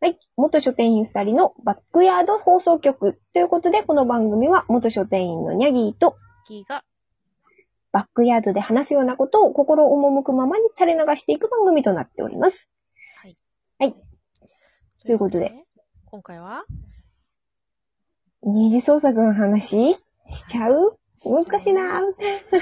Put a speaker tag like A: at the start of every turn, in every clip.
A: はい。元書店員2人のバックヤード放送局ということで、この番組は元書店員のニャギーと
B: キーが
A: バックヤードで話すようなことを心赴くままに垂れ流していく番組となっております。
B: はい。
A: はい。ということで、
B: 今回は
A: 二次創作の話しちゃう？難しいな。難し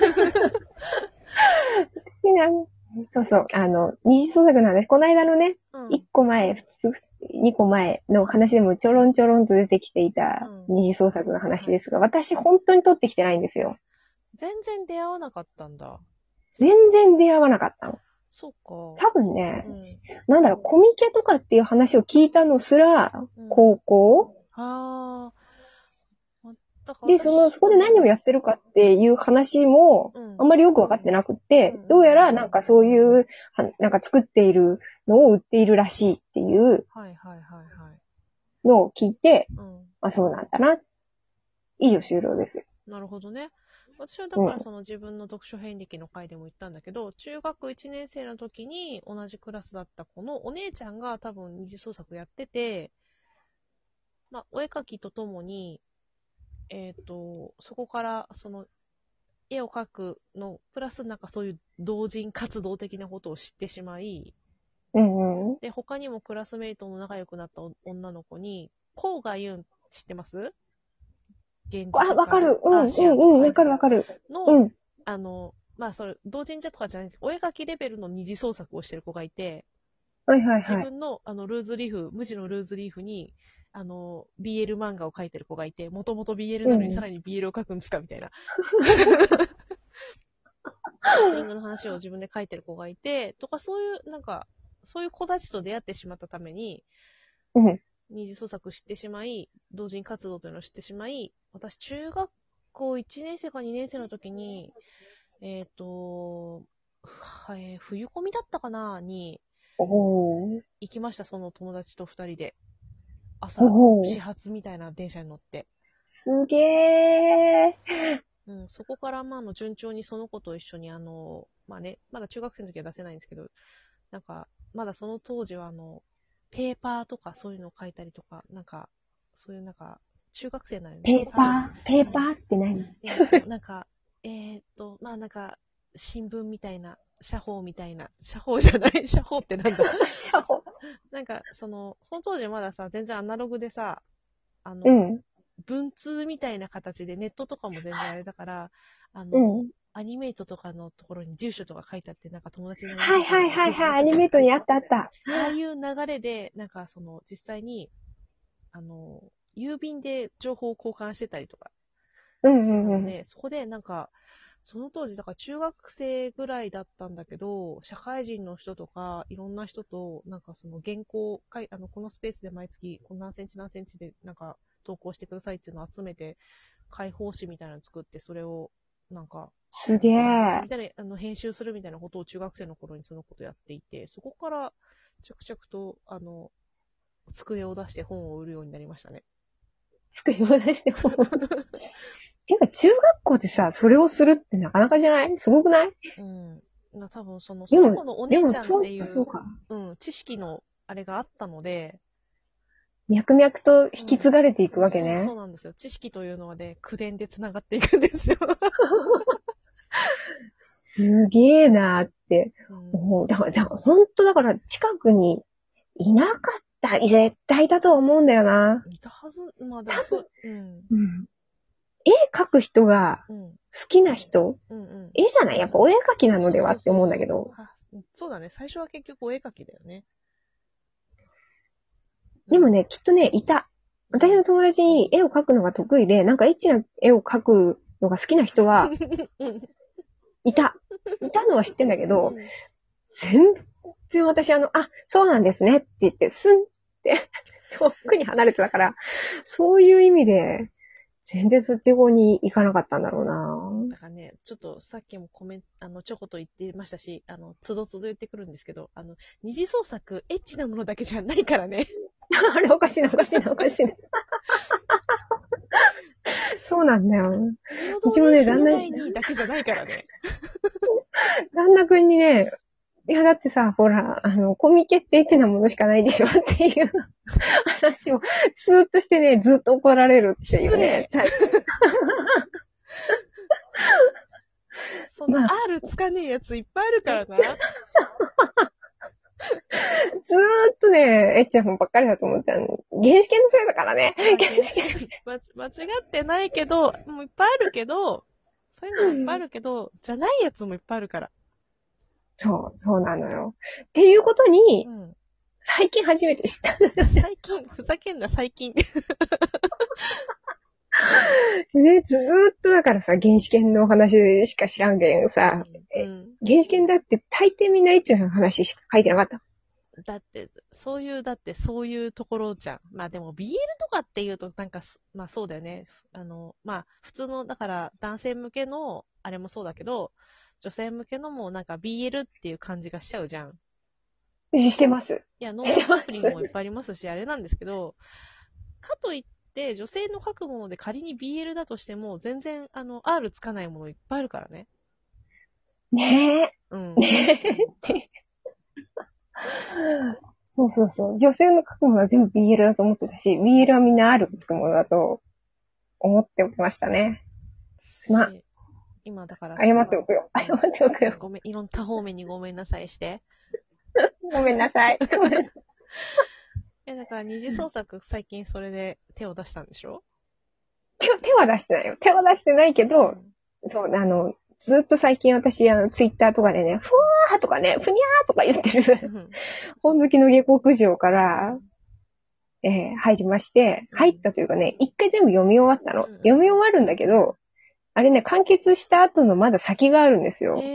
A: いな。そうそう。二次創作の話、この間のね、1個前、2個前の話でもちょろんちょろんと出てきていた二次創作の話ですが、私本当に取ってきてないんですよ。
B: 全然出会わなかったんだ。
A: 全然出会わなかったの。
B: そうか。
A: 多分ね、なんだろう、コミケとかっていう話を聞いたのすら、高校、で、そこで何をやってるかっていう話も、あんまりよくわかってなくって、どうやらなんかそういう、なんか作っているのを売っているらしいっていうのを聞いて、あ、そうなんだな。以上終了です。
B: なるほどね。私はだからその自分の読書遍歴の回でも言ったんだけど、中学1年生の時に同じクラスだった子のお姉ちゃんが多分二次創作やってて、まあ、お絵描きとともに、そこからその絵を描くの、プラスなんかそういう同人活動的なことを知ってしまい、で、他にもクラスメイトの仲良くなった女の子に、コウガユン知ってます？源氏とか
A: わかる。
B: アーシアンとか
A: わかる。
B: の、まあ、それ、同人じゃとかじゃないんですけど、お絵描きレベルの二次創作をしてる子がいて、自分の、ルーズリーフ、無地のルーズリーフに、BL 漫画を描いてる子がいて、もともと BL なのにさらに BL を描くんですかみたいな。オープニングの話を自分で書いてる子がいて、とかそういう、なんか、そういう子たちと出会ってしまったために、二次創作してしまい、同人活動というのを知ってしまい、私、中学校1年生か2年生の時に、冬コミだったかなに、行きました、その友達と2人で。朝、始発みたいな電車に乗って。
A: すげ
B: ー。そこから、まあ、順調にその子と一緒に、まあね、まだ中学生の時は出せないんですけど、なんか、まだその当時は、ペーパーとかそういうのを書いたりとか、なんか、そういうなんか、中学生なのに、
A: ペーパーって何？
B: なんか、まあなんか、新聞みたいな、社報みたいな、社報じゃない社報ってなんだ
A: 社報
B: なんか、その当時まださ、全然アナログでさ、文通みたいな形で、ネットとかも全然あれだから、アニメイトとかのところに住所とか書いてあって、なんか友達になります
A: アニメイトにあった。
B: ああいう流れで、なんか実際に、郵便で情報を交換してたりとか、してたので、そこでなんか、その当時、だから中学生ぐらいだったんだけど、社会人の人とか、いろんな人と、なんかその原稿、このスペースで毎月、この何センチ何センチで、なんか、投稿してくださいっていうのを集めて、開放誌みたいなのを作って、それを、なんか、
A: すげえ。
B: みたいな、編集するみたいなことを中学生の頃にそのことやっていて、そこから、着々と、机を出して本を売るようになりましたね。
A: 机を出して本をていうか、中学校でさ、それをするってなかなかじゃない？すごくない？
B: 多分その子のお姉ちゃんっていう、知識のあれがあったので、
A: 脈々と引き継がれていくわけね。
B: そうなんですよ。知識というのはね、口伝で繋がっていくんですよ。
A: すげえなーって。だから本当だから近くにいなかった。絶対いたと思うんだよな。
B: いたはず、まあでもそう、
A: 絵描く人が好きな人、絵じゃない？やっぱお絵描きなのではって思うんだけど。
B: そうだね。最初は結局お絵描きだよね。
A: でもね、きっとね、いた。私の友達に絵を描くのが得意で、なんかエッチな絵を描くのが好きな人は、いた。いたのは知ってんだけど、全然私そうなんですねって言って、スンって遠くに離れてたから、そういう意味で、全然そっち方に行かなかったんだろうな。
B: だからね、ちょっとさっきもちょこっと言ってましたし、つどつど言ってくるんですけど、二次創作、エッチなものだけじゃないからね。
A: あれおかしいな。そうなんだよ。
B: うちもね、旦那にだけじゃないからね。
A: 旦那くんにね、 いや、だってさ、ほら、コミケってエッチなものしかないでしょっていう話をずーっとしてね、ずっと怒られるっていうね。
B: そんな
A: まあ、
B: R つかねえやついっぱいあるからな。
A: ずーっとね、エッチな本ばっかりだと思ってたの。原始圏のせいだからね。原始圏。
B: 間違ってないけど、もういっぱいあるけど、そういうのもいっぱいあるけど、じゃないやつもいっぱいあるから。
A: そうなのよ。っていうことに、
B: うん。
A: 最近初めて知った。
B: 最近、ふざけんな、最近。
A: ね、ずーっとだからさ、原始圏のお話しか知らんけんさ、
B: うん。
A: 原始圏だって大抵みんなエッチな話しか書いてなかった。
B: だって、そういうところじゃん。まあでも BL とかっていうとなんかまあそうだよね。まあ普通の、だから男性向けの、あれもそうだけど、女性向けのもなんか BL っていう感じがしちゃうじゃん。
A: してます。
B: いや、ノ
A: してます。
B: ンアプリもいっぱいありますし、あれなんですけど、かといって女性の書くもので仮に BL だとしても、全然R つかないものいっぱいあるからね。
A: ねえ。
B: うん。
A: ねえ。そうそうそう。女性の書くものは全部 BL だと思ってたし、BL はみんな R つくものだと思っておきましたね。
B: 今だから
A: 謝っておくよ。謝っておくよ。
B: ごめん、いろんな多方面にごめんなさいして。
A: ごめんなさい。
B: だから二次創作最近それで手を出したんでしょ？
A: 手は出してないよ。手は出してないけど、そう、ずっと最近私、ツイッターとかでね、ふわーとかね、ふにゃーとか言ってる、本好きの下克上から、入りまして、入ったというかね、一回全部読み終わったの。読み終わるんだけど、あれね、完結した後のまだ先があるんですよ。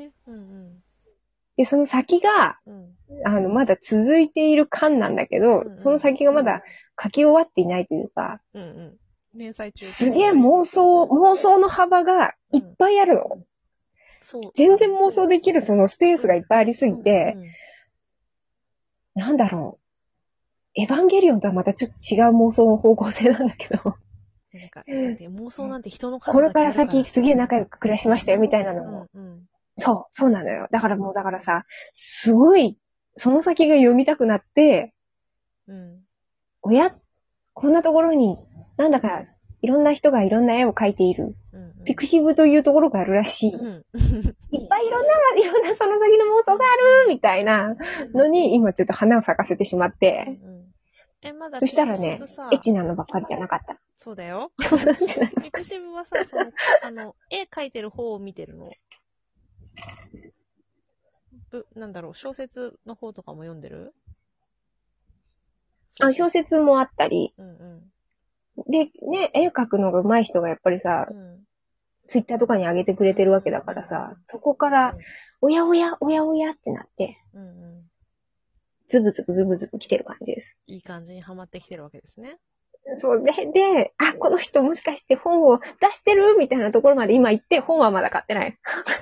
A: で、その先が、まだ続いている巻なんだけど、その先がまだ書き終わっていないというか、
B: 連載中。
A: すげえ妄想の幅がいっぱいあるの。
B: そう。
A: 全然妄想できるそのスペースがいっぱいありすぎて、なんだろう。エヴァンゲリオンとはまたちょっと違う妄想の方向性なんだけど。
B: なんか、妄想なんて人の数
A: これか
B: だけあるから。
A: ら先すげえ仲良く暮らしましたよみたいなのも。そうなのよ。だからさ、すごい、その先が読みたくなって、こんなところに、なんだか、いろんな人がいろんな絵を描いている。ピクシブというところがあるらしい。いっぱいいろんなその先の妄想があるみたいなのに、今ちょっと花を咲かせてしまって。そしたらね、エッチなのばっかりじゃなかった。
B: そうだよ。ピクシブはさ、絵描いてる方を見てるの。なんだろう、小説の方とかも読んでる？
A: 小説もあったり。で、ね、絵描くのが上手い人がやっぱりさ、ツイッターとかに上げてくれてるわけだからさ、そこから、おやおやってなって、ズブズブ来てる感じです。
B: いい感じにハマってきてるわけですね。
A: そう。で、この人もしかして本を出してるみたいなところまで今行って、本はまだ買ってない。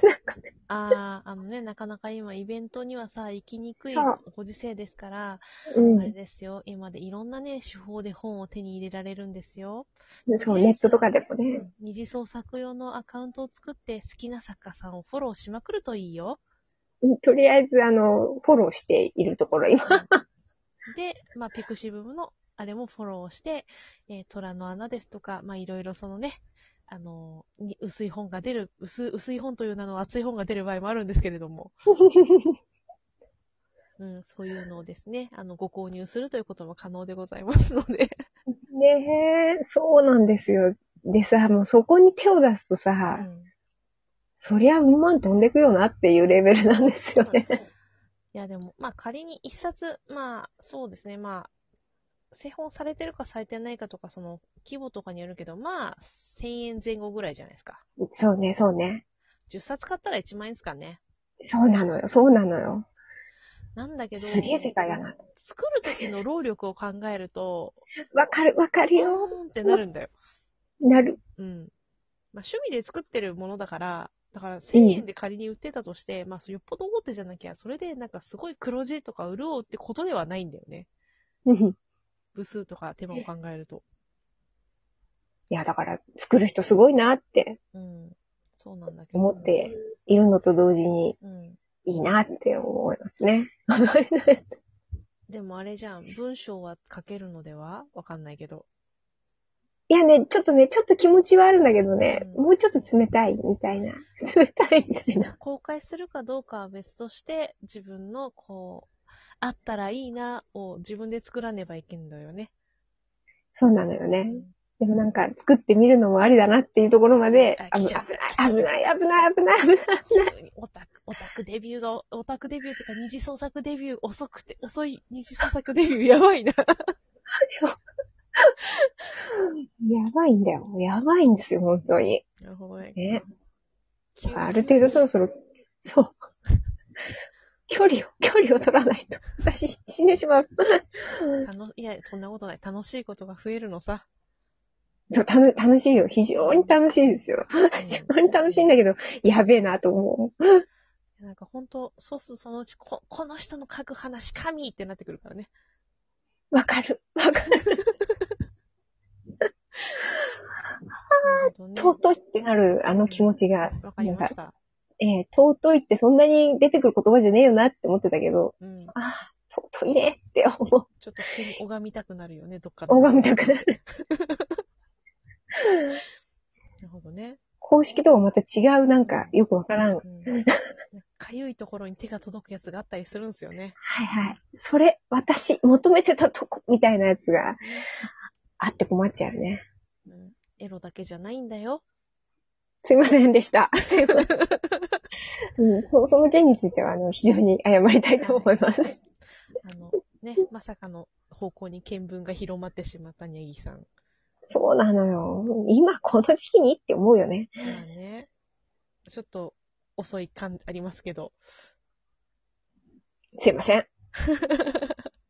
B: なかなか今イベントにはさ、行きにくいご時世ですから、あれですよ、今でいろんなね、手法で本を手に入れられるんですよ。
A: そう、ネットとかでもね。
B: 二次創作用のアカウントを作って好きな作家さんをフォローしまくるといいよ。
A: とりあえず、フォローしているところ、今。
B: で、ピクシブのあれもフォローして、虎の穴ですとか、いろいろそのね、薄い本が出る、薄い本という名の厚い本が出る場合もあるんですけれども。そういうのをですね、ご購入するということも可能でございますので。
A: ねえ、そうなんですよ。でさ、もうそこに手を出すとさ、そりゃうんまん飛んでくよなっていうレベルなんですよね。
B: いやでも、仮に一冊、そうですね、製本されてるかされてないかとか、その規模とかによるけど、1000円前後ぐらいじゃないですか。
A: そうね。
B: 10冊買ったら1万円ですかね。
A: そうなのよ。
B: なんだけど、
A: すげえ世界だな。
B: 作る時の労力を考えると、
A: わかるよ。
B: ってなるんだよ。
A: なる。
B: 趣味で作ってるものだから、1000円で仮に売ってたとして、よっぽど大手じゃなきゃ、それでなんかすごい黒字とか潤うってことではないんだよね。部数とか手間を考えると。
A: いや、だから作る人すごいなって。
B: そうなんだけど。
A: 思っているのと同時に、 いいなって思いますね。
B: でもあれじゃん、文章は書けるのではわかんないけど。
A: いやね、ちょっと気持ちはあるんだけどね、
B: うん
A: もうちょっと冷たいみたいな。冷たいみたいな。
B: 公開するかどうかは別として、自分のこう、あったらいいなを自分で作らねばいけんのよね。
A: そうなのよね。
B: うん
A: でもなんか作ってみるのもありだなっていうところまで、
B: 来ちゃう
A: 危ない。
B: 急にオタクデビューが、オタクデビューっていうか二次創作デビュー遅い二次創作デビューやばいな。
A: やばいんだよ。やばいんですよ、本当に。
B: なるほどね。
A: ね。
B: 急に
A: ある程度そろそろ、そう。距離を取らないと。私、死んでしまう。
B: いや、そんなことない。楽しいことが増えるのさ。
A: そう、楽しいよ。非常に楽しいですよ。非常に楽しいんだけど、やべえなと思う。
B: なんかほんと、そうするとそのうちこの人の書く話、神ってなってくるからね。
A: わかる。尊いってなる、あの気持ちが。
B: わかりました。
A: 尊いってそんなに出てくる言葉じゃねえよなって思ってたけど、尊いねって思う。
B: ちょっと急に拝みたくなるよね、どっかで。
A: 拝みたくなる。
B: なるほどね。
A: 公式とはまた違う、なんか、よくわからん。
B: かゆいところに手が届くやつがあったりするんですよね。
A: はいはい。それ、私、求めてたとこ、みたいなやつがあって困っちゃうね。
B: エロだけじゃないんだよ。
A: すいませんでした。その件については、非常に謝りたいと思います。
B: まさかの方向に見聞が広まってしまったにゃぎさん。
A: そうなのよ。今この時期にって思うよね。
B: まあね。ちょっと遅い感ありますけど。
A: すいません。